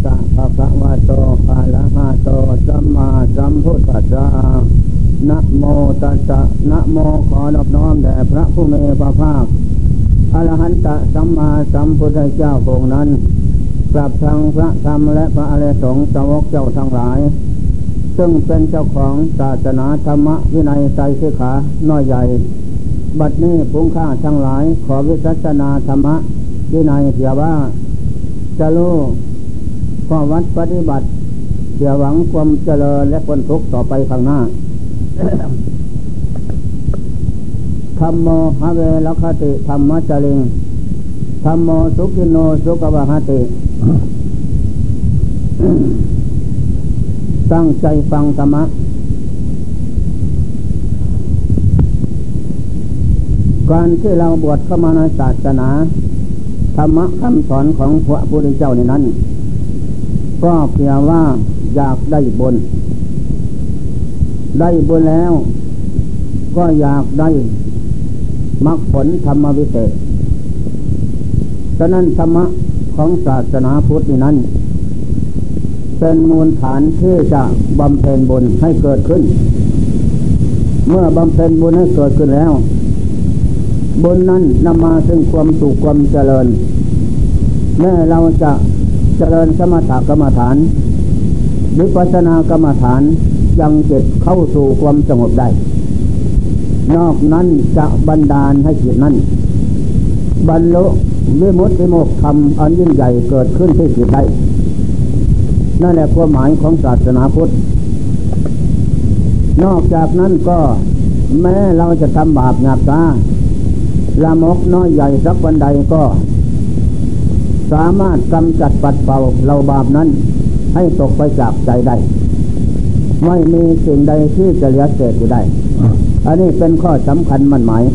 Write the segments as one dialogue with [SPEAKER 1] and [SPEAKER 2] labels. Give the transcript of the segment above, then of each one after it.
[SPEAKER 1] ะภะคะวะโตอะระหะโตสัมมาสัมพุทธัสสะนะโมตัสสะนะโมขอนอบน้อมแด่พระผู้มีพระภาคอรหันตสัมมาสัมพุทธเจ้าพระองค์นั้นกราบทางพระธรรมและพระอริยสงฆ์สาวกเจ้าทั้งหลายซึ่งเป็นเจ้าของศาสนาธรรมวินัยไตรสิกขาน้อยใหญ่บัดนี้ผู้ข้าทั้งหลายขอวิสัชนาธรรมวินัยเสียว่าจะรู้ข้อวัดปฏิบัติเสียหวังความเจริญและพ้นทุกข์ต่อไปข้างหน้า ธัมโมหะเวรคติธัมมจริงธัมโมสุขิโนสุขวหติ ตั้งใจฟังธรรมะการที่เราบวชเข้ามาในศาสนาธรรมะคำสอนของพระพุทธเจ้าในนั้นก็เพียงว่าอยากได้บุญแล้วก็อยากได้มรรคผลธรรมวิเศษฉะนั้นธรรมะของศาสนาพุทธนั้นเป็นมูลฐานที่จะบำเพ็ญบุญให้เกิดขึ้นเมื่อบำเพ็ญบุญให้เกิดขึ้นแล้วบุญนั้นนำมาซึ่งความสุขความเจริญแม้เราจะเจริญสมถกรรมฐานวิปัสสนากรรมฐานยังจิตเข้าสู่ความสงบได้นอกนั้นจะบันดาลให้จิตนั้นบรรลุวิมุตติโมกขธรรมอันยิ่งใหญ่เกิดขึ้นที่จิตได้นั่นแหละความหมายของศาสนาพุทธนอกจากนั้นก็แม้เราจะทำบาปหยาบช้าละมกน้อยใหญ่สักวันใดก็สามารถกำจัดปัดเป่าเราบาปนั้นให้ตกไปจากใจได้ไม่มีสิ่งใดที่จะเหลือเศษอยู่ได้อันนี้เป็นข้อสำคัญมั่นหมาย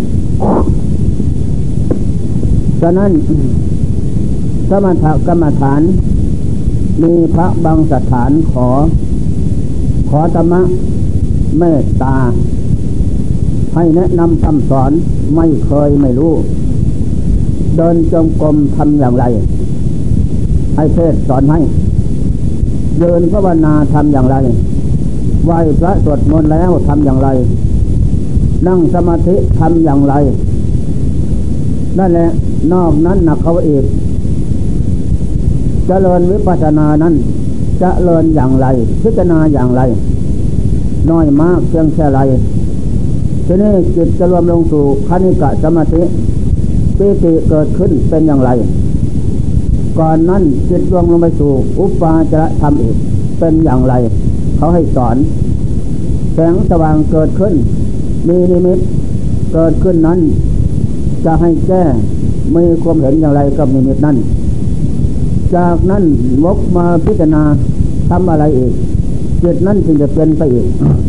[SPEAKER 1] ฉะนั้นสมถกรรมฐานมีพระบางสถานขอธรรมะเมตตาให้แนะนำคำสอนไม่รู้เดินจงกรมทำอย่างไรให้เทศสอนให้เดินภาวนาทำอย่างไรไหว้พระสวดมนต์แล้วทำอย่างไรนั่งสมาธิทำอย่างไรนั่นแหละนอกนั้นหนักเขาอีกเจริญวิปัสสนานั้นเจริญอย่างไรพิจารณาอย่างไรน้อยมากเพียงแค่ไรทีนี้จิตจะรวมลงสู่คณิกะสมาธิปิติเกิดขึ้นเป็นอย่างไรก่อนนั้นจิตรวมลงไปสู่อุปาจารธรรมอีกเป็นอย่างไรเขาให้สอนแสงสว่างเกิดขึ้นมีนิมิตเกิดขึ้นนั้นจะให้แก้มีความเห็นอย่างไรกับนิมิตนั้นจากนั้นวกมาพิจารณาทำอะไรอีกจิตนั้นจึงจะเป็นไปอีก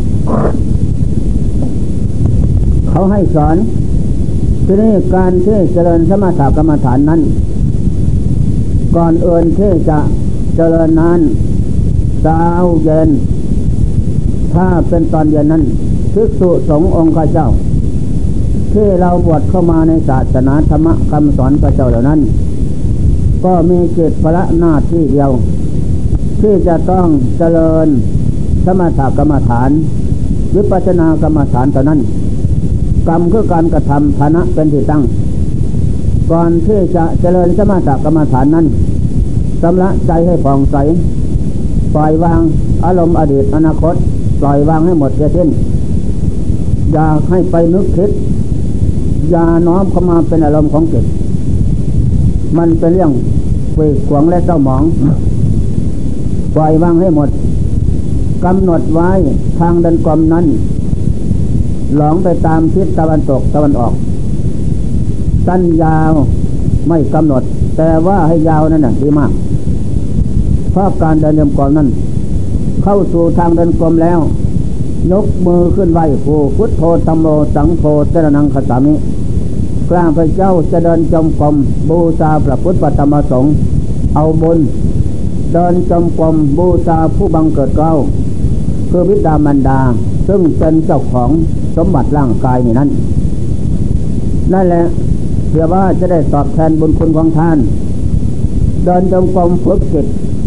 [SPEAKER 1] เขาให้สอนทีนี้การที่เจริญสมถกรรมฐานนั้นก่อนอื่นที่จะเจริญนั้นเช้าเย็นถ้าเป็นตอนเย็นนั้นภิกษุสงฆ์องค์ข้าเจ้าที่เราบวชเข้ามาในศาสนาธรรมคำสอนพระเจ้าเหล่านั้นก็มีจิตภาระหน้าที่เดียวที่จะต้องเจริญสมถกรรมฐานวิปัสสนากรรมฐานเท่านั้นกรรมคือการกระทำฐานะเป็นที่ตั้งก่อนที่จะเจริญสมถกรรมฐานนั้นชำระใจให้ผ่องใสปล่อยวางอารมณ์อดีตอนาคตปล่อยวางให้หมดเสียสิ้นอย่าให้ไปนึกคิดอย่าน้อมเข้ามาเป็นอารมณ์ของจิตมันเป็นเรื่องเวกขวางและเศร้าหมองปล่อยวางให้หมดกำหนดไว้ทางเดินกรมนั้นหลงไปตามทิศตะวันตกตะวันออกสั้นยาวไม่กำหนดแต่ว่าให้ยาวนั่นน่ะดีมากเพราะการเดินกรมนั้นเข้าสู่ทางเดินกรมแล้วยกมือขึ้นไหว้ผู้พุทโธธัมโมสังโฆสรณังคัจฉามิกล้าพระเจ้าจะเดินจงกรมบูชาพระพุทธพระธรรมพระสงฆ์เอาบุญเดินจงกรมบูชาผู้บังเกิดเกล้าคือบิดามารดาซึ่งเป็นเจ้าของสมบัติร่างกายนี่นั่นแหละเพื่อว่าจะได้ตอบแทนบุญคุณของท่านเดินจงกรมฝึกจิต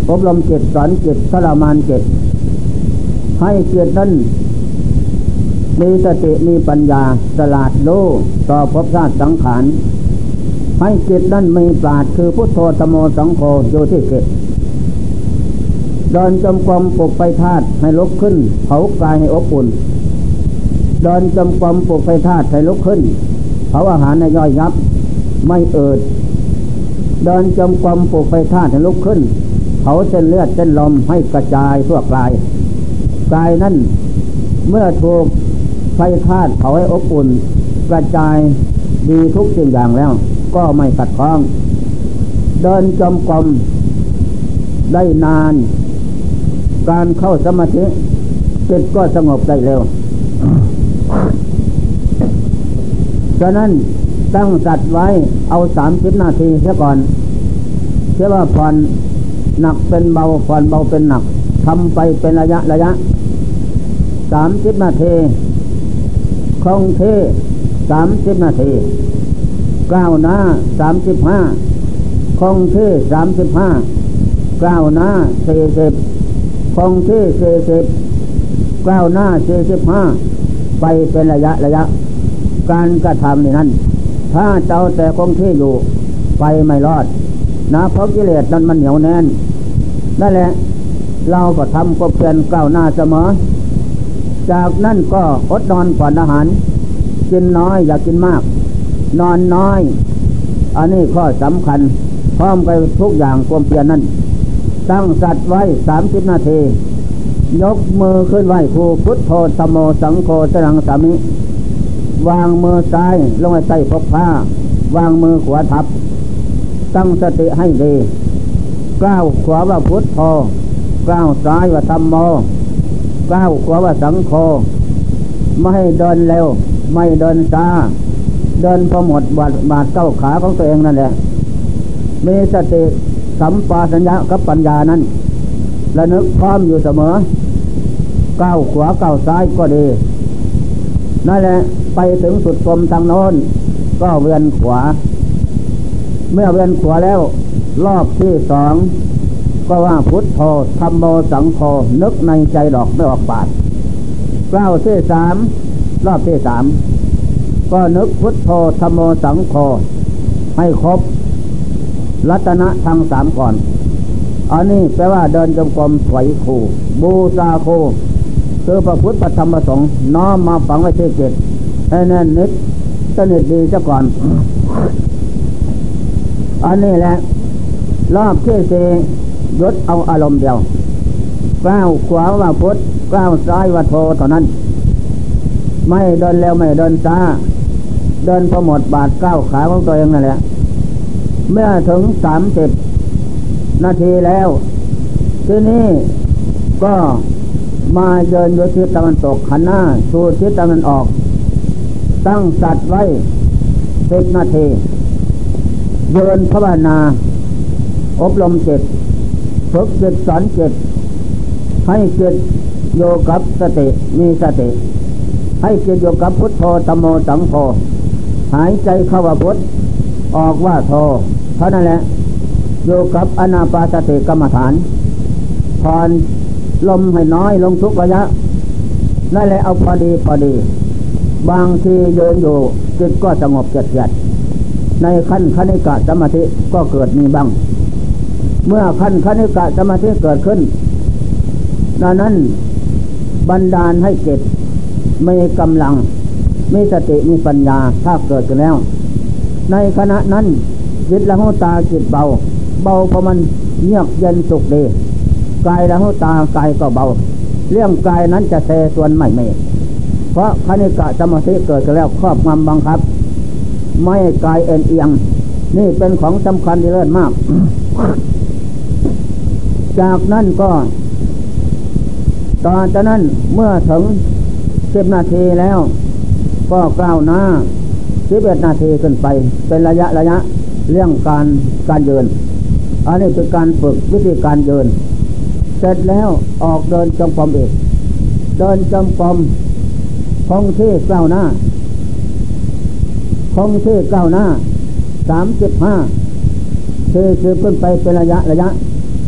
[SPEAKER 1] อบรมจิตสอนจิตทรมานจิตให้จิตนั้นมีสติมีปัญญาฉลาดรู้ต่อภพชาติสังขารให้จิตนั้นมีปราชญ์คือพุทโธธัมโมสังโฆอยู่ที่จิตเดินจมกรมปลุกไฟธาตุให้ลุกขึ้นเผากายให้อบอุ่นเดินจมกรมปลุกไฟธาตุให้ลุกขึ้นเผาอาหารให้ย่อยยับไม่เอิดเดินจมกรมปลุกไฟธาตุให้ลุกขึ้นเผาเส้นเลือดเส้นลมให้กระจายทั่วกายกายนั้นเมื่อถูกไฟธาตุเผาให้อบอุ่นกระจายดีทุกสิ่งอย่างแล้วก็ไม่ขัดข้องเดินจมกรมได้นานการเข้าสมาธิจิตก็สงบได้เร็วฉะนั้นตั้งสัตว์ไว้เอา30 นาทีเสียก่อนเชื่อว่าผ่อนหนักเป็นเบาผ่อนเบาเป็นหนักทำไปเป็นระยะ30 นาทีคงที่30 นาทีก้าวหน้า35คงที่35ก้าวหน้า40คงที่40ก้าวหน้า45ไปเป็นระยะการกระทำนี่นั้นถ้าเจ้าแต่คงที่อยู่ไปไม่รอดนะเพราะกิเลสนั้นมันเหนียวแน่นนั่นแหละเราก็ทำความเพียรก้าวหน้าเสมอจากนั้นก็อดนอนก่อนอาหารกินน้อยอย่ากินมากนอนน้อยอันนี้ข้อสำคัญพร้อมไปทุกอย่างความเพียรนั้นตั้งสัตว์ไว้30 นาทียกมือขึ้นไหว้ครูพุทโธธัมโมสังโฆสรังสามิวางมือซ้ายลงในใต้พกผ้าวางมือขวาทับตั้งสติให้ดีก้าวขวาว่าพุทโธก้าวซ้ายว่าธัมโมก้าวขวาว่าสังโฆไม่ให้เดินเร็วไม่เดินช้าเดินพอหมดบาดเก้าขาของตัวเองนั่นแหละมีสติสัมปชัญญะกับปัญญานั้นระลึกพร้อมอยู่เสมอก้าวขวาก้าวซ้ายก็ดีนั่นแหละไปถึงสุดกลมทางโน้นก็เวียนขวาเมื่อเวียนขวาแล้วรอบที่2ก็ว่าพุทโธธัมโมสังโฆนึกในใจดอกไม่ออกปากก้าวที่3รอบที่3ก็นึกพุทโธธัมโมสังโฆให้ครบรัตนะทั้ง3ก่อนอันนี้แปลว่าเดินจงกรมถวายครูบูชาครูคือพระพุทธพระธรรมพระสงฆ์น้อมมาฝังไว้ที่จิตให้แน่นนิดสนิทดีซะก่อนอันนี้แหละรอบที่4ยศเอาอารมณ์เดียวก้าวขวาว่าพุทธก้าวซ้ายว่าโธเท่านั้นไม่เดินเร็วไม่เดินช้าเดินพอหมดบาดก้าวขาของตัวเองนั่นแหละเมื่อถึง30 นาทีแล้วทีนี้ก็มาเดินโดยทิศตะวันตกหันหน้าสู่ทิศตะวันออกตั้งสัตว์ไว้10 นาทีเดินภาวนาอบรมจิตฝึกจิตสอนจิตให้จิตโยกับสติมีสติให้จิตโยกับพุทโธธัมโมสังโฆหายใจเข้าว่าพุทออกว่าโธเท่านั้นแหละโยกับอานาปานสติกรรมฐานผ่อนลมให้น้อยลงทุกระยะนั่นแหละเอาพอดีบางทีเดินอยู่จิตก็สงบเฉียดในขั้นคณิกะสมาธิก็เกิดมีบ้างเมื่อขั้นคณิกะสมาธิเกิดขึ้นนั้นบันดาลให้จิตมีกำลังมีสติมีปัญญาถ้าเกิดขึ้นแล้วในขณะนั้นจิตละหูตาจิตเบาเพราะมันเยือกเย็นสุขดีกายละหูตากายก็เบาเรื่องกายนั้นจะเซส่วนไม่เพราะคณิกะสมาธิเกิดขึ้นแล้วครอบงำบังคับไม่กายเอ็นเอียงนี่เป็นของสำคัญที่เลิศมาก จากนั้นก็ตอนจากนั้นเมื่อถึง10 นาทีแล้วก็ก้าวหน้า11 นาทีขึ้นไปเป็นระยะเรื่องการเดินอันนี้เป็นการฝึกวิธีการเดินเสร็จแล้วออกเดินจงกรมอีกเดินจงกรมคงที่ก้าวหน้า35 40ขึ้นไปเป็นระยะ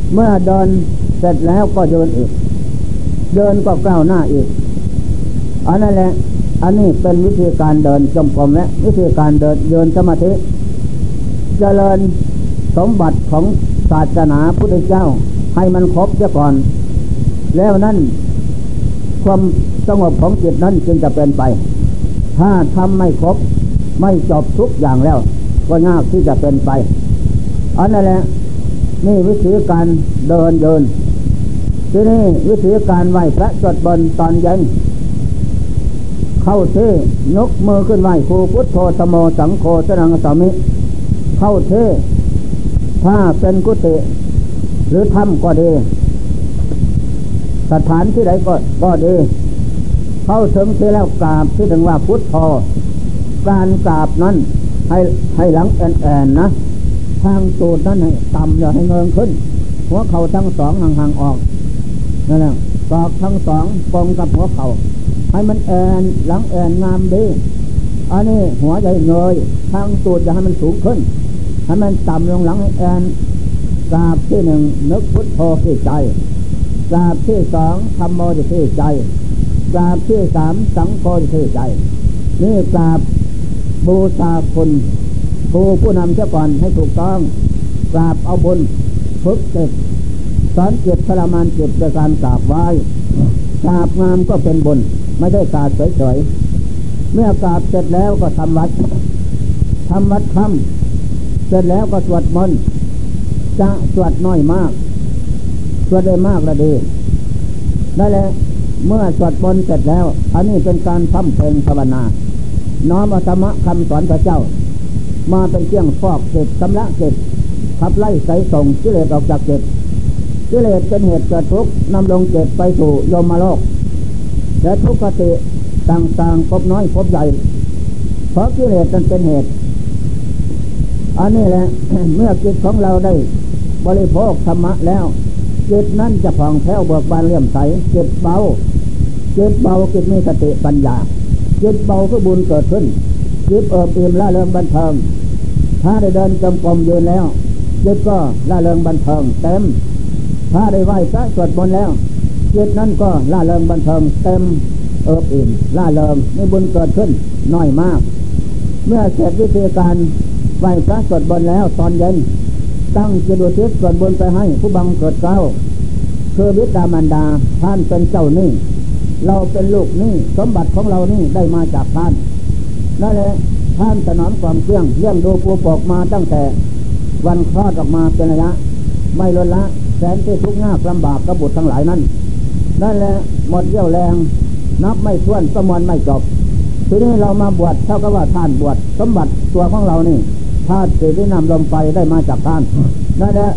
[SPEAKER 1] เมื่อเดินเสร็จแล้วก็เดินอีกเดินก็ก้าวหน้าอีกอันนั้นแหละอันนี้เป็นวิธีการเดินจงกรมและวิธีการเดินสมาธิเจริญสมบัติของศาสนาพุทธเจ้าให้มันครบเสียก่อนแล้วนั้นความสงบของจิตนั้นจึงจะเป็นไปถ้าทำไม่ครบไม่จบทุกอย่างแล้วก็ยากที่จะเป็นไปอันนั้นแหละนี่วิธีการเดินที่นี่วิธีการไหว้พระสวดมนต์ตอนเย็นเข้าที่ยกมือขึ้นไหว้ครูพุทโธธโมสังโฆสนังสามิเข้าที่ถ้าเป็นกุฏิหรือถ้ำก็ดีสถานที่ใดก็ดีเข้าถึงที่แล้วกราบที่ถึงว่าพุทโธการกราบนั้นให้หลังแอนนะทางตูดนั้นให้ต่ำอย่าให้เงยขึ้นหัวเข่าทั้งสองห่างๆออกนั่นแหละศอกทั้งสองตรงกับหัวเข่าให้มันแอนหลังแอนงามดีอันนี้หัวใหญ่เงยทางตูดจะให้มันสูงขึ้นให้มันต่ำลงหลังให้แอนกราบที่หนึ่งนึกพุทโธที่ใจกราบที่สองธัมโมที่ใจกราบที่สามสังโฆที่ใจนี่กราบบูชาคุณผู้นำเจ้าก่อนให้ถูกต้องกราบเอาบุญฝึกจิตสอนจิตทรมานจิตโดยการกราบไหว้กราบงามก็เป็นบุญไม่ได้กราบเฉยๆเมื่อกราบเสร็จแล้วก็ทำวัดค่ำเสร็จแล้วก็สวดมนต์จะสวดน้อยมากสวดได้มากละดีได้แล้วเมื่อสวดมนต์เสร็จแล้วอันนี้เป็นการทำเพลงภาวนาน้อมเอาธรรมะคำสอนพระเจ้ามาเป็นเครื่องฟอกจิตชำระจิตขับไล่ไสส่งกิเลสออกจากจิตกิเลสเป็นเหตุเกิดทุกข์นำลงจิตไปสู่ยมโลกและทุกขติต่างๆพบน้อยพบใหญ่เพราะกิเลสนั้นเป็นเหตุอันนี้แหละ เมื่อจิตของเราได้บริโภคธรรมะแล้วจิตนั้นจะผ่องแผ้วเบิกบานเลื่อมใสจิตเบาจิตมีสติปัญญาจิตเบาก็บุญเกิดขึ้นจิตเอิบอิ่มละเริงบันเทิงถ้าได้เดินจงกรมยืนแล้วจิตก็ละเริงบันเทิงเต็มถ้าได้ไหว้พระสวดมนต์แล้วจิตนั้นก็ละเริงบันเทิงเต็มเอิบอิ่มละเริงมีบุญเกิดขึ้นน้อยมากเมื่อเสร็จวิธีการไหว้พระสวดมนต์แล้วตอนเย็นตั้งจิตอุทิศส่วนบุญไปให้ผู้บังเกิดเกล้าคือบิดามารดาท่านเป็นเจ้าหนี้เราเป็นลูกหนี้สมบัติของเรานี่ได้มาจากท่านนั่นแหละท่านถนอมความเครื่องเลี้ยงดูปูปกมาตั้งแต่วันคลอดออกมาเป็นระยะไม่ลดละแสนที่ทุกข์ยากลำบากกระบุตรทั้งหลายนั้นนั่นแหละหมดเรี่ยวแรงนับไม่ถ้วนประมวลไม่จบทีนี้เรามาบวชเท่ากับว่าท่านบวชสมบัติตัวของเรานี่ธาตุสี่ที่นำลมไปได้มาจากท่านนั่นแหละ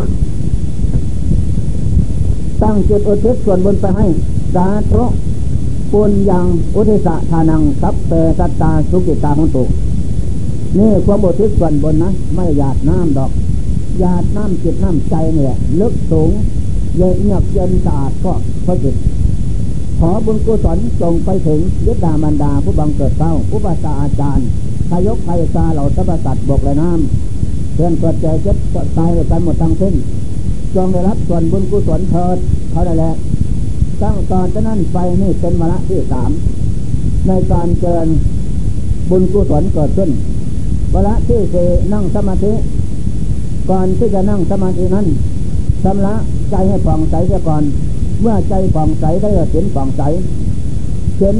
[SPEAKER 1] ตั้งจิตอุทิศส่วนบุญไปให้สาธุปุญญังอุทิศทานังสัพเพสัตตาสุกิตาของตุนี่ความอุทิศส่วนบุญนะไม่หยาดน้ำดอกหยาดน้ำจิตน้ำใจเนี่ยลึกสูงเยือกเย็นสะอาดก็เพราะจิตขอบุญกุศลจงไปถึงบิดามารดาผู้บังเกิดเต้าผู้ปัสสาอาจารย์ทายกไพศาลเหล่าสรรพสัตว์บกและน้ำเพื่อนเกิดเจ็บเจ็บตายกันหมดทั้งสิ้นจงได้รับส่วนบุญกุศลเถิดเขาได้แล้วตั้งตอนนั้นไปนี่เป็นวาระที่สามในการเจริญบุญกุศลเกิดขึ้นวาระที่สี่นั่งสมาธิก่อนที่จะนั่งสมาธินั้นชำระใจให้ผ่องใสเสียก่อนเมื่อใจผ่องใสได้ศีลผ่องใสศีล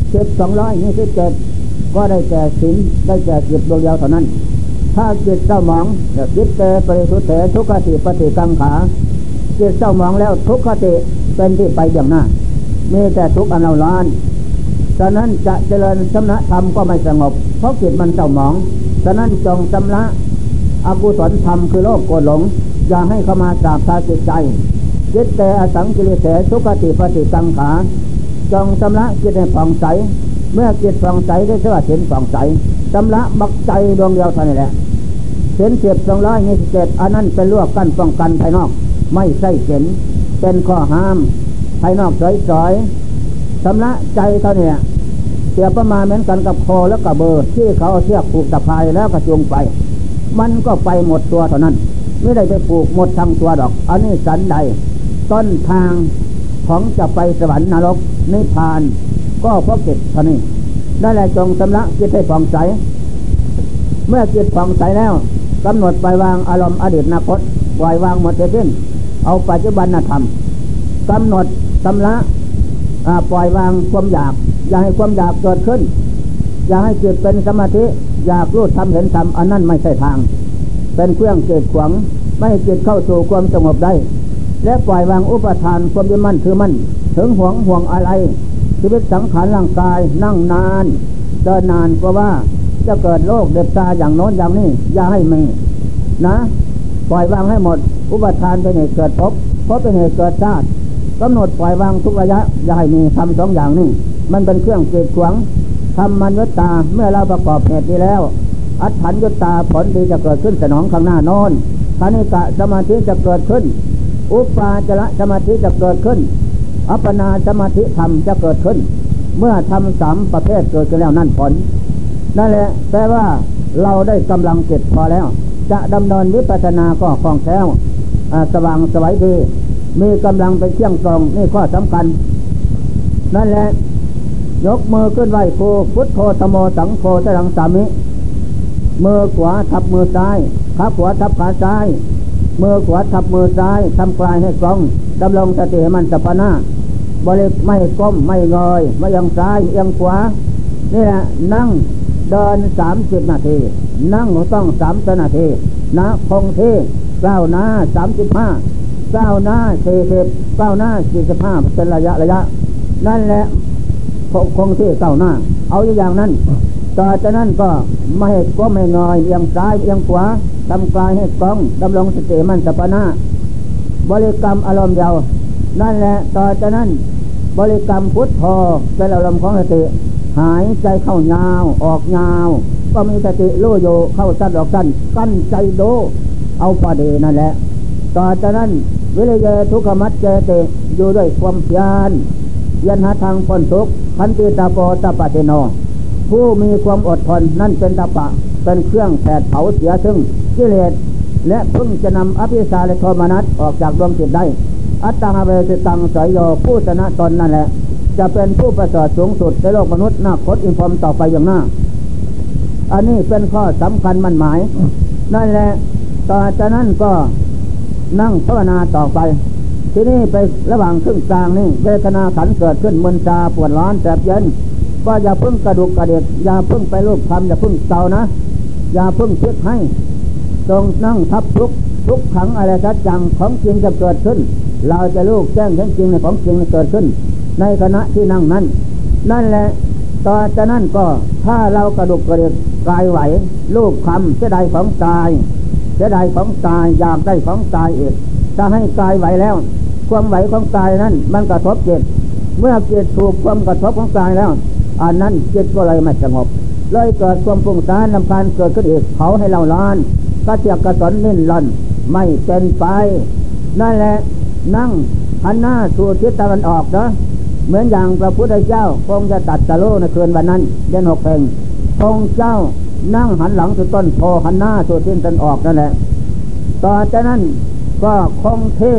[SPEAKER 1] 227ก็ได้แก่ศีลได้แก่จิตดวงเดียวเท่านั้นถ้าจิตเศร้าหมองจิตเตปริสุทธิ์เถทุกขติปฏิกังขาจิตเศร้าหมองแล้วทุกขติเป็นที่ไปเบื้องหน้ามีแต่ทุกข์อันเราล้านฉะนั้นจะเจริญสมณธรรมก็ไม่สงบเพราะจิตมันเศร้าหมองฉะนั้นจงชำระอกุศลธรรมคือโลภโกรธหลงอย่าให้เข้ามาสาบทาจิตใจจิตเตอสังกิริเถทุกขติปฏิกังขาจงชำระจิตให้ผ่องใสเมื่อจิตผ่องใสได้เชื่อศีลผ่องใสชำระบักใจดวงเดียวเท่านั้นแหละศีล227อันนั้นเป็นลวดกั้นป้องกันภายนอกไม่ใช่ศีลเป็นข้อห้ามภายนอกสอยๆชำระใจเท่านี้เสียประมาณเหมือนกันกับคอและกับเบอร์ที่เขาเชือกผูกตะพายแล้วกระจุงไปมันก็ไปหมดตัวเท่านั้นไม่ได้ไปปลูกหมดทั้งตัวดอกอันนี้สันใดต้นทางของจะไปสวรรค์นรกนิพพานก็เพราะจิตเท่านี้ได้แลจงชำระจิตให้ผ่องใสเมื่อจิตผ่องใสแล้วกำหนดปล่อยวางอารมณ์อดีตอนาคตปล่อยวางหมดสิ้นเอาปัจจุบันธรรมกำหนดชำระปล่อยวางความอยากอย่าให้ความอยากเกิดขึ้นอย่าให้จิตเป็นสมาธิอยากรู้ทำเห็นทำอันนั้นไม่ใช่ทางเป็นเครื่องเกิดขวางไม่ให้จิตเข้าสู่ความสงบได้และปล่อยวางอุปทานความยึดมั่นถือมั่นถึงห่วงอะไรชีวิตสังขารร่างกายนั่งนานเดินนานก็ว่าจะเกิดโรคเด็บตาอย่างโน้นอย่างนี้อย่าให้มีนะปล่อยวางให้หมดอุปทานเป็นเหตุเกิดภพเป็นเหตุเกิดชาติกำหนดปล่อยวางทุกระยะอย่าให้มีทำสองอย่างนี้มันเป็นเครื่องเกิดขวางทำมัญญตาเมื่อเราประกอบเหตุนี้แล้วอัฏฐัญญตาผลดีจะเกิดขึ้นสนองข้างหน้าโน้นคณิกะสมาธิจะเกิดขึ้นอุปาจารสมาธิจะเกิดขึ้นอัปปนาสมาธิธรรมจะเกิดขึ้นเมื่อทำสามประเภทเกิดขึ้นแล้วนั่นผลนั่นแหละแปลว่าเราได้กำลังจิตพอแล้วจะดำเนินวิปัสสนาก็คล่องแคล่วสว่างไสวดีมีกำลังเป็นเชี่ยงตรงนี่ข้อสำคัญนั่นแหละยกมือขึ้นไหวครูพุทโธธัมโมสังโฆตรังสามิมือขวาทับมือซ้ายขาขวาทับขาซ้ายมือขวาทับมือซ้ายทำกลายให้ตรงดำรงสติให้มันสัพพะนะบริกไม่ก้มไม่เงยไม่ยังซ้ายยังขวานี่แหละนั่งเดิน30 นาทีนั่งต้อง30 นาทีนะคงที่ก้าวหน้า35ก้าวหน้า40ก้าวหน้า45เป็นระยะนั่นแหละคงที่ก้าวหน้าเอาอย่างนั้นต่อจากนั้นก็ไม่ให้ก้มไม่เงยยังซ้ายยังขวาทำกลายให้ตรงดำรงสติมันสัพพะนะบริกรรมอารมณ์เดียวนั่นแหละต่อจากนั้นบริกรรมพุทโธเป็นอารมณ์ของสติหายใจเข้ายาวออกยาวก็มีสติรู้อยู่เข้าสั้นออกสั้นกั้นใจโดเอาพอดีนั่นแหละต่อจากนั้นวิริยะทุกขมัจเจติอยู่ด้วยความเพียรยันหาทางพ้นทุกข์ขันติตาโปตปะเทโนผู้มีความอดทนนั่นเป็นตปะเป็นเครื่องแผดเผาเสียซึ่งกิเลสและเพิ่งจะนำอภิสาและโทมนัสออกจากดวงจิตได้อัตตาเวสิตังสยโยผู้ชนะตนนั่นแหละจะเป็นผู้ประเสริฐสูงสุดในโลกมนุษย์นาคตอินพรหมต่อไปอย่างหน้าอันนี้เป็นข้อสำคัญมั่นหมายนั่นแหละต่อจากนั้นก็นั่งภาวนาต่อไปทีนี้ไประหว่างครึ่งกลางนี่เวทนาขันเกิดขึ้นมึนชาปวดร้อนแสบเย็นก็อย่าพึ่งกระดุกกระเด็ดอย่าพึ่งไปรูปคำอย่าพึ่งเตานะอย่าพึ่งคิดให้ตรงนั่งทับทุกขังอะไรสักอย่างของจริงจะเกิดขึ้นเราจะรู้แจ้งจริงในของจริงเกิดขึ้นในขณะที่นั่งนั้นนั่นแหละต่อจากนั้นก็ถ้าเรากระดุกกระเด็ดกายไหวรูปคำเสียดายของตายเสียดายของตายอยากได้ของตายอีกจะให้กายไหวแล้วความไหวของกายนั้นมันกระทบจิตเมื่อจิตถูกความกระทบของกายแล้วอันนั้นจิตก็เลยไม่สงบเลยเกิดความฟุ้งซ่านรำคาญเกิดขึ้นอีกเขาให้เราล้านกระเจียกกระสนนิ่นร่อนไม่เป็นไปนั่นแหละนั่งหันหน้าสู่ทิศตะวันออกเนาะเหมือนอย่างพระพุทธเจ้าคงจะตัดสโลในคืนวันนั้นเดือน6 เพลงคงเจ้านั่งหันหลังสู่ต้นโพหันหน้าสู่ทิศตะวันออกนั่นแหละต่อจากนั้นก็คงที่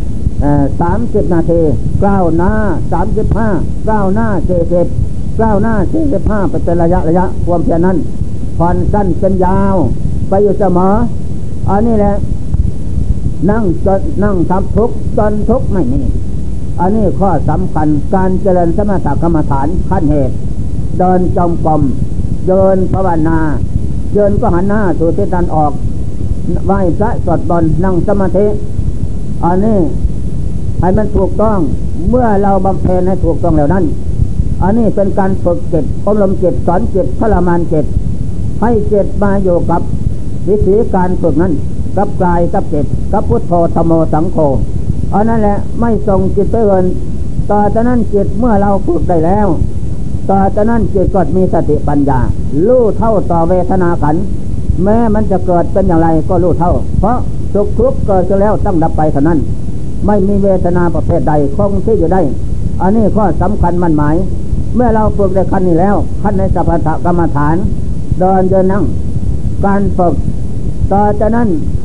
[SPEAKER 1] 30 นาทีก้าวหน้า35ก้าวหน้า40ก้าวหน้า45เป็นระยะความเพียรนั้นผ่อนสั้นเป็นยาวไปอยู่เสมออันนี้แหละนั่งทำทุกจนทุกไม่มีอันนี้ข้อสำคัญการเจริญสมถกรรมฐานขั้นเหตุเดินจงกรมเดินภาวนาเดินก็หันหน้าสู่ทิศตะวันออกไหว้พระสวดมนต์นั่งสมาธิอันนี้ให้มันถูกต้องเมื่อเราบำเพ็ญให้ถูกต้องแล้วนั้นอันนี้เป็นการฝึกจิตอบรมจิตสอนจิตทรมานจิตให้จิตมาอยู่กับวิธีการฝึกนั้นกับกายกับจิตกับพุทโธธัมโมสังโฆอันนั้นแหละไม่ส่งจิตไปเอื่นต่อจากนั้นจิตเมื่อเราฝึกได้แล้วต่อจากนั้นจิตก็มีสติปัญญารู้เท่าต่อเวทนาขันธ์แม้มันจะเกิดเป็นอย่างไรก็รู้เท่าเพราะสุขทุกข์เกิดขึ้นแล้วต้องดับไปเท่านั้นไม่มีเวทนาประเภทใดคงที่อยู่ได้อันนี้ข้อสำคัญมั่นหมายเมื่อเราฝึกได้ขั้นนี้แล้วขั้นในสัพพะกรรมฐานเดินนั่งการฝึกต่อจากนั้น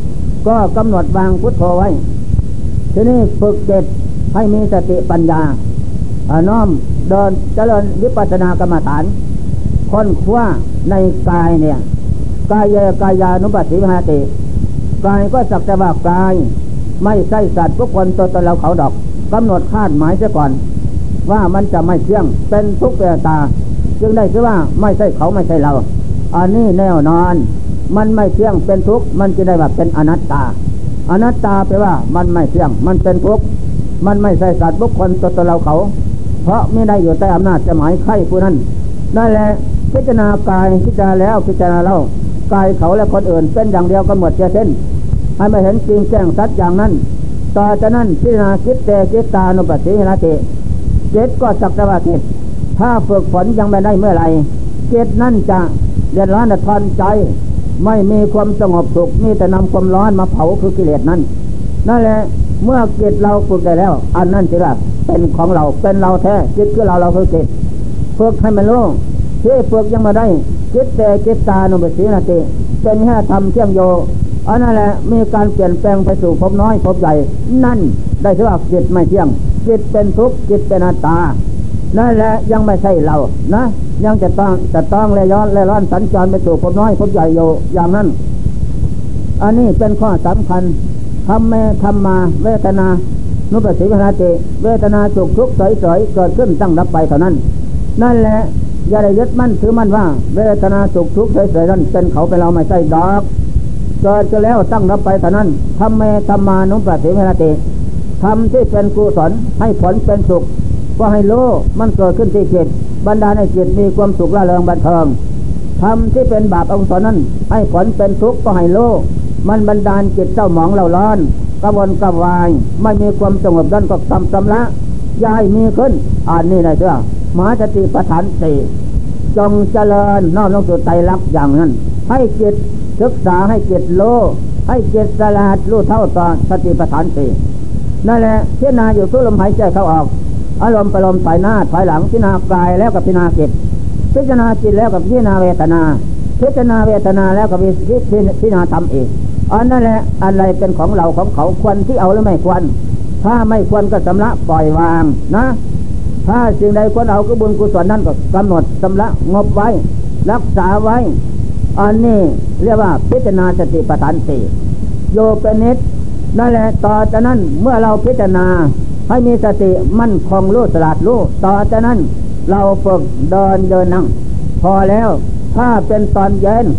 [SPEAKER 1] ก็กำหนดวางพุทโธไว้ทีนี้ฝึกจิตให้มีสติปัญญาน้อมเดินเจริญวิปัสสนากรรมฐานค้นคว้าในกายเนี่ยกายานุปัสสิวิหารติกายก็สักแต่ว่ากายไม่ใช่สัตว์พวกคนตัวตนเราเขาดอกกำหนดคาดหมายเสียก่อนว่ามันจะไม่เที่ยงเป็นทุกข์เป็นตาจึงได้ชื่อว่าไม่ใช่เขาไม่ใช่เราอันนี้แน่นอนมันไม่เที่ยงเป็นทุกข์มันจะได้แบบเป็นอนัตตาอนัตตาแปลว่ามันไม่เที่ยงมันเป็นทุกข์มันไม่ใช่สัตว์บุคคลตัวตนเราเขาเพราะไม่ได้อยู่ใต้อำนาจจะหมายใครผู้นั้นนั่นแหละพิจารณากายพิจารณาแล้วพิจารณาเล่ากายเขาและคนอื่นเป็นอย่างเดียวกันหมดเช่นให้ไม่เห็นจริงแจ้งสัตย์อย่างนั้นต่อจากนั้นพิจารณาจิตเตจิตตานุปัสสิวิหารติจิตก็สักแต่ว่าจิตถ้าฝึกฝนยังไม่ได้เมื่อไหร่จิตนั่นจะเดือดร้อนทอนใจไม่มีความสงบสุขมีแต่นำความร้อนมาเผาคือกิเลสนั้นนั่นแหละเมื่อจิตเราฝึกได้แล้วอันนั้นจะเป็นของเราเป็นเราแท้จิตคือเราคือจิตฝึกให้มันรู้ที่ฝึกยังมาได้จิตแต่จิตตานุปัสสิวิหารติเป็นแค่ทำเที่ยงโยอันนั่นแหละมีการเปลี่ยนแปลงไปสู่ภพน้อยภพใหญ่นั่นได้ชื่อว่าจิตไม่เที่ยงจิตเป็นทุกข์จิตเป็นอนัตตานั่นแหละยังไม่ใช่เรานะยังจะต้องเลยย้อนเลยร้อนสัญจรไปสู่ภพน้อยภพใหญ่โยอย่างนั้นอันนี้เป็นข้อสำคัญธรรมาเวทนานุปัสสิวิหารติเวทนาสุขทุกข์เฉยๆเกิดขึ้นตั้งดับไปเท่านั้นนั่นแหละอย่าได้ยึดมั่นถือมั่นว่าเวทนาสุขทุกข์เฉยๆนั้นเป็นเขาเป็นเราไม่ใช่ดอกเกิดจะแล้วตั้งรับไปเท่านั้นธรรมานุปัสสิวิหารติธรรมที่เป็นกุศลให้ผลเป็นสุขก็ให้โลมันเกิดขึ้นที่จิตบรรดาในจิตมีความสุขละเริงบันเทิงธรรมที่เป็นบาปอกุศลนั้นให้ผลเป็นทุกข์ก็ให้โลมันบันดาลจิตเศร้าหมองเล่าร้อนกระวนกระวายไม่มีความสงบดันก็ตำละย้ายมีขึ้นอ่านนี่นะเจ้ามหาสติปัฏฐานสี่จงเจริญน้อมลงสู่ไตรลักษณ์อย่างนั้นให้จิตศึกษาให้จิตโลให้จิตสลาดรู้เท่าต่อสติปัฏฐานสี่นั่นแหละพิจารณาอยู่ทุกลมหายใจเข้าออกอารมณ์ไปลมถอยหน้าถอยหลังพิจารณากายแล้วกับพิจารณาจิตพิจารณาจิตแล้วกับพิจารณาเวทนาพิจารณาเวทนาแล้วกับพิจารณาธรรมอีกอันนั่นแหละอะไรเป็นของเราของเขาควรที่เอาหรือไม่ควรถ้าไม่ควรก็ชำระปล่อยวางนะถ้าสิ่งใดควรเอาก็บุญกุศลนั้นก็กำหนดชำระงบไว้รักษาไว้อันนี้เรียกว่าพิจารณาสติปัฏฐานสี่โยเป็นนิดนั่นแหละต่อจากนั้นเมื่อเราพิจารณาให้มีสติมั่นคงรู้สลาดรู้ต่อจากนั้นเราฝึกเดินนั่งพอแล้วถ้าเป็นตอนเย็น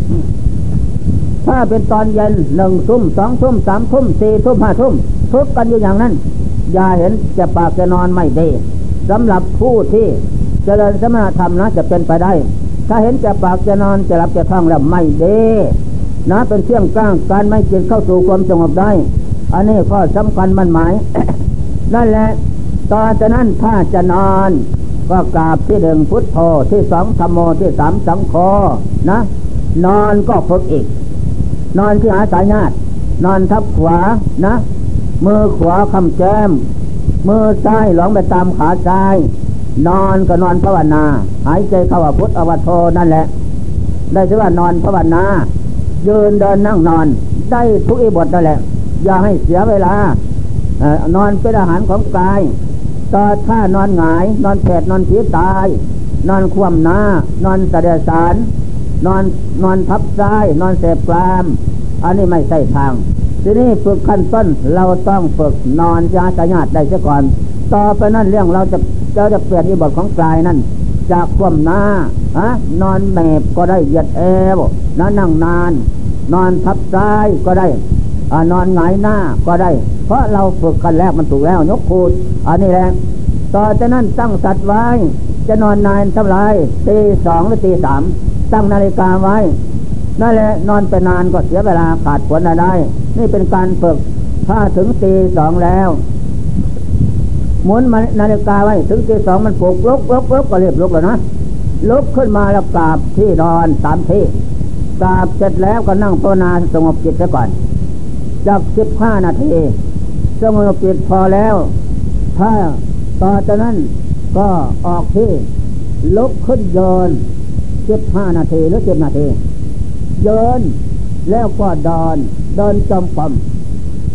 [SPEAKER 1] 1 ทุ่ม2 ทุ่ม3 ทุ่ม4 ทุ่ม5 ทุ่มทุกกันอยู่อย่างนั้นอย่าเห็นจะปากจะนอนไม่ดีสำหรับผู้ที่เจริญสมถธรรมนะจะเป็นไปได้ถ้าเห็นจะปากจะนอนจะหลับจะท่องแล้วไม่ดีนะเป็นเสี่ยงกลางการไม่จิตเข้าสู่ความสงบได้อันนี้ข้อสำคัญมันหมาย นั่นแหละต่อจากนั้นถ้าจะนอนก็กราบที่1พุทโธที่2ธัมโมที่3สังโฆนะนอนก็ฝึกอีกนอนที่หาสายญาตินอนทับขวานะมือขวาคำแก้มมือซ้ายหลงไปตามขาซ้ายนอนก็นอนภาวนาหายใจเข้าพุทอวัตโธนั่นแหละได้ชื่อว่านอนภาวนายืนเดินนั่งนอนได้ทุกอิบทนั่นแหละอย่าให้เสียเวลานอนเป็นอาหารของกายต่อถ้านอนหงายนอนแผดนอนผีตายนอนคว่ำหน้านอนเสด็จสารนอนทับซ้ายนอนเสพกรามอันนี้ไม่ใช่ทางทีนี้ฝึกขั้นต้นเราต้องฝึกนอนยาสญาติได้เสียก่อนต่อไปนั่นเรื่องเราจะเปลี่ยนอิบทของกายนั่นจากคว่ำหน้านอนแมบก็ได้เหยียดเอวนั่งนานนอนทับซ้ายก็ได้นอนหงายหน้าก็ได้เพราะเราฝึกกันแล้วมันถูกแล้วยกคูดอันนี้แหละต่อจากนั้นตั้งสัตว์ไว้จะนอนนานเท่าไรตี 2หรือตี 3ตั้งนาฬิกาไว้นั่นแหละนอนไปนานก็เสียเวลาขาดผลได้นี่เป็นการฝึกถ้าถึงตี 2แล้วหมุนนาฬิกาไว้ถึงตี 2มันปลุกลุกก็เรียบลุกแล้วนะลุกขึ้นมาแล้วกราบที่นอน3ที่กราบเสร็จแล้วก็นั่งภาวนาสงบจิตซะก่อนจาก15 นาทีสงบจิตพอแล้วถ้าต่อจากนั้นก็ออกที่ลุกขึ้นเดิน15 นาทีหรือ10 นาทีเดินแล้วก็เดินจมปม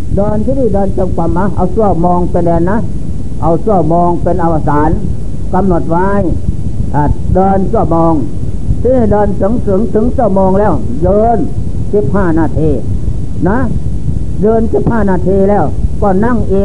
[SPEAKER 1] เดินที่นี่เดินจงกรมนะเอาชั่วมองเป็นแดนนะเอาชั่วมองเป็นอวสานกำหนดไว้เดินชั่วมองที่เดินถึงชั่วโมงแล้วเดิน15 นาทีนะเดิน15 นาทีแล้วก็นั่งอีก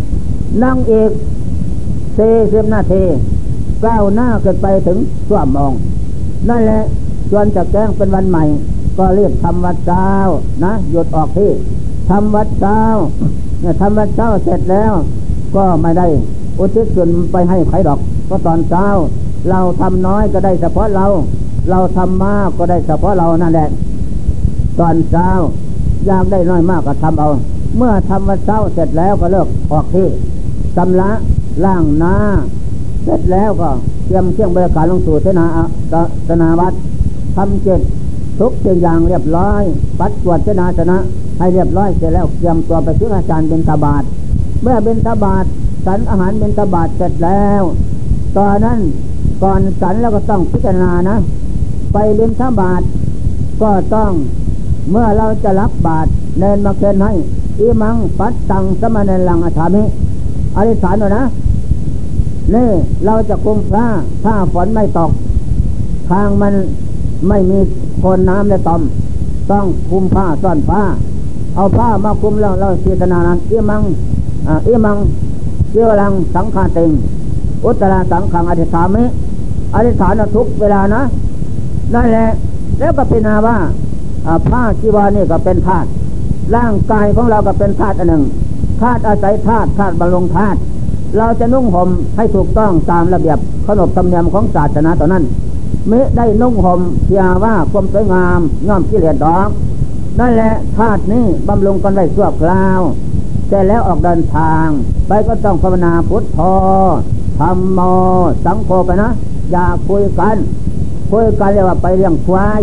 [SPEAKER 1] 40 นาทีก้าวหน้าขึ้นไปถึงชั่วโมงนั่นแหละจนจะแจ้งเป็นวันใหม่ก็เรียกทำวัดเช้านะหยุดออกที่ทำวัดเช้าเนี่ยทำวัดเช้าเสร็จแล้วก็ไม่ได้อุทิศส่วนไปให้ใครดอกเพราะตอนเช้าเราทำน้อยก็ได้เฉพาะเราทำมากก็ได้เฉพาะเรานั่นแหละตอนเช้าอยากได้น้อยมากก็ทำเอาเมื่อทำวัดเช้าเสร็จแล้วก็เลิกออกที่ชำระล้างหน้าเสร็จแล้วก็เตรียมเครื่องบริการลงสู่เสนาวัดทำจิตทุกสิ่งอย่างเรียบร้อยปัดตรวจเสนาสนะให้เรียบร้อยเสร็จแล้วเตรียมตัวไปซื้ออาจารย์บิณฑบาตเมื่อบิณฑบาตฉันอาหารบิณฑบาตเสร็จแล้วตอนนั้นก่อนฉันแล้วก็ต้องพิจารณานะไปบิณฑบาตก็ต้องเมื่อเราจะรับบาตรเนนมาเคนให้อิมังปัตตังสมณลังอาถามิอธิษฐานนะนี่เราจะคุมพระถ้าฝนไม่ตกทางมันไม่มีคนน้ำและตอมต้องคุมผ้าซ่อนผ้าเอาผ้ามาคุมแล้วเราพิจารณานั้นอิมังเจรังสังฆาติงอุตตราสังขังอธิษฐามิอธิษฐานทุกเวลานะนั่นแหละแล้วก็พิจารณาว่าผ้าจีวรนี่ก็เป็นธาตุร่างกายของเราก็เป็นธาตุอันหนึ่งธาตุอาศัยธาตุบำรุงธาตุเราจะนุ่งห่มให้ถูกต้องตามระเบียบขนบธรรมเนียมของศาสนาต่อนั้นไม่ได้นุ่งห่มเพียงว่าความสวยงามย่อมกิเลสดอกนั่นแหละธาตุนี้บำรุงกันไว้ชั่วคราวแต่แล้วออกเดินทางไปก็ต้องภาวนาพุทโธธัมโมสังโฆไปนะอย่าคุยกันเรียกว่าไปเลี้ยงควาย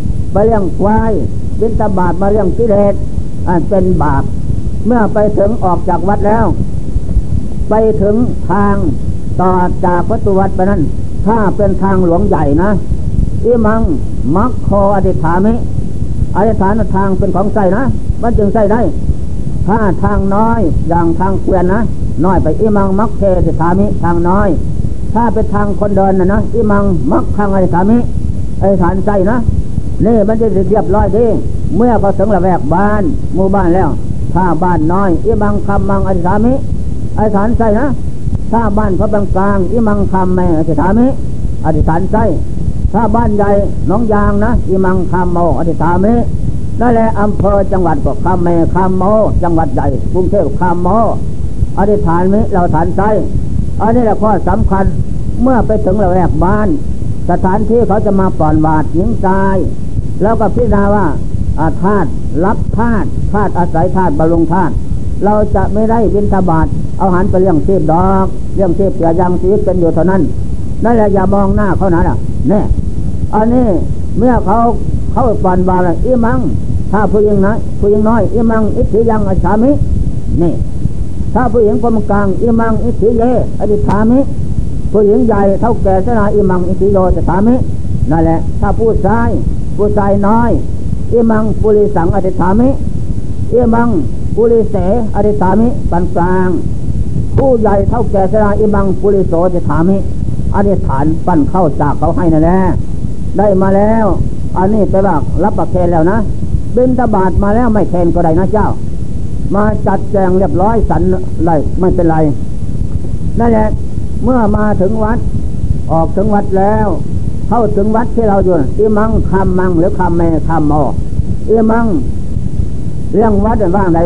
[SPEAKER 1] บิณฑบาตมาเลี้ยงกิเลสเป็นบาปเมื่อไปถึงออกจากวัดแล้วไปถึงทางต่อจากประตูวัดไปนั้นถ้าเป็นทางหลวงใหญ่นะอิมังมัคโคอธิษฐามิอธิษฐานทางเป็นของใส่นะมันจึงใส่ได้ถ้าทางน้อยอย่างทางเกวียนนะน้อยไปอิมังมัคเคอธิษฐามิทางน้อยถ้าเป็นทางคนเดินนะอิมังมัคคังอธิษฐามิอธิษฐานใส่นะนี่มันจะเรียบร้อยดีเมื่อเขาถึงละแวกบ้านหมู่บ้านแล้วถ้าบ้านน้อยอิมังคำมังอธิษฐามิอธิษฐานใส่นะถ้าบ้านเขากลางอิมังคำแม่อธิษฐามิอธิษฐานใส่ถ้าบ้านใหญ่น้องยางนะอิมังคำโมอธิษฐามินั่นแหละอำเภอจังหวัดก็คำแม่คำโมจังหวัดใหญ่กรุงเทพคำโมอธิษฐานมิเราฐานใส่อันนี้แหละข้อสำคัญเมื่อไปถึงละแวกบ้านสถานที่เขาจะมาปล่อนบาตรหญิงชายแล้วก็พิจารณาว่าธาตุรับธาตุอาศัยธาตุบำรุงธาตุเราจะไม่ได้บิณฑบาตเอาอาหารไปเลี้ยงชีพดอกเลี้ยงชีพเพื่อยังชีวิตเป็นอยู่เท่านั้นนั่นแหละอย่ามองหน้าเขานะเนี่ยอันนี้เมื่อเขาปล่อนบาตรอิมังถ้าผู้หญิงน้อยอิมังอิทธิยังอธิษฐามินี่ถ้าผู้หญิงคนกลางอิมังอิทธิเยอธิษฐามิผู้หญิงใหญ่เท่าแก่สนาอิมังอิทธิโยอธิษฐามินั่นแหละถ้าผู้ชายน้อยอิมังปุริสังอธิษฐามิอิมังปุริเสอธิษฐามิปานกลางผู้ใหญ่เท่าแก่สนาอิมังปุริโสอธิษฐามิอธิษฐานปั้นเข้าจากเขาให้นั่นแหละได้มาแล้วอันนี้ไปว่ารับประเคนแล้วนะบิณฑบาตมาแล้วไม่เคนก็ได้นะเจ้ามาจัดแจงเรียบร้อยสันไรไม่เป็นไรนั่นแหละเมื่อมาถึงวัดออกถึงวัดแล้วเข้าถึงวัดที่เราอยู่อิมังคำมังหรือคำแม่คำโมอิมังเรื่องวัดเป็นว่าไง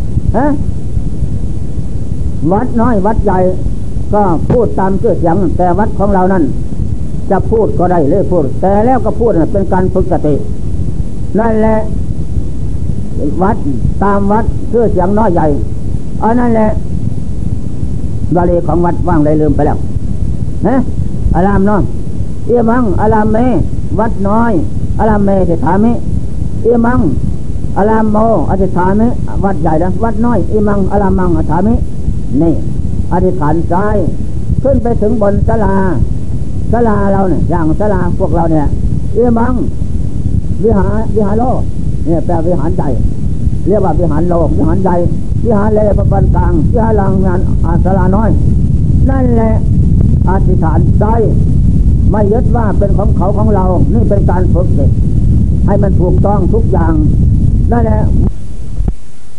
[SPEAKER 1] วัดน้อยวัดใหญ่ก็พูดตามชื่อเสียงแต่วัดของเรานั้นจะพูดก็ได้หรือพูดแต่แล้วก็พูดเป็นการฝึกสตินั่นแหละวัดตามวัดชื่อเสียงน้อยใหญ่อันนั้นแหละบาลีของวัดว่างเลยลืมไปแล้วอารามน้อยเอียมังอารามเมวัดน้อยอารามเมอธิษฐามิเอียมังอารามโมอธิษฐามิวัดใหญ่นะวัดน้อยเอียมังอารามมังอธิษฐามินี่อธิษฐานใจขึ้นไปถึงบนศาลาเราเนี่ยอย่างศาลาพวกเราเนี่ยเอียมังวิหารโลเนี่ยแปลวิหารใหญ่เรียกว่าวิหารโลวิหารใหญ่วิหารเล็กปานกลางวิหารหลังงานอาสาน้อยนั่นแหละอธิษฐานได้ไม่ยึดว่าเป็นของเขาของเรานี่เป็นการฝึกเด็กให้มันถูกต้องทุกอย่างนั่นแหละ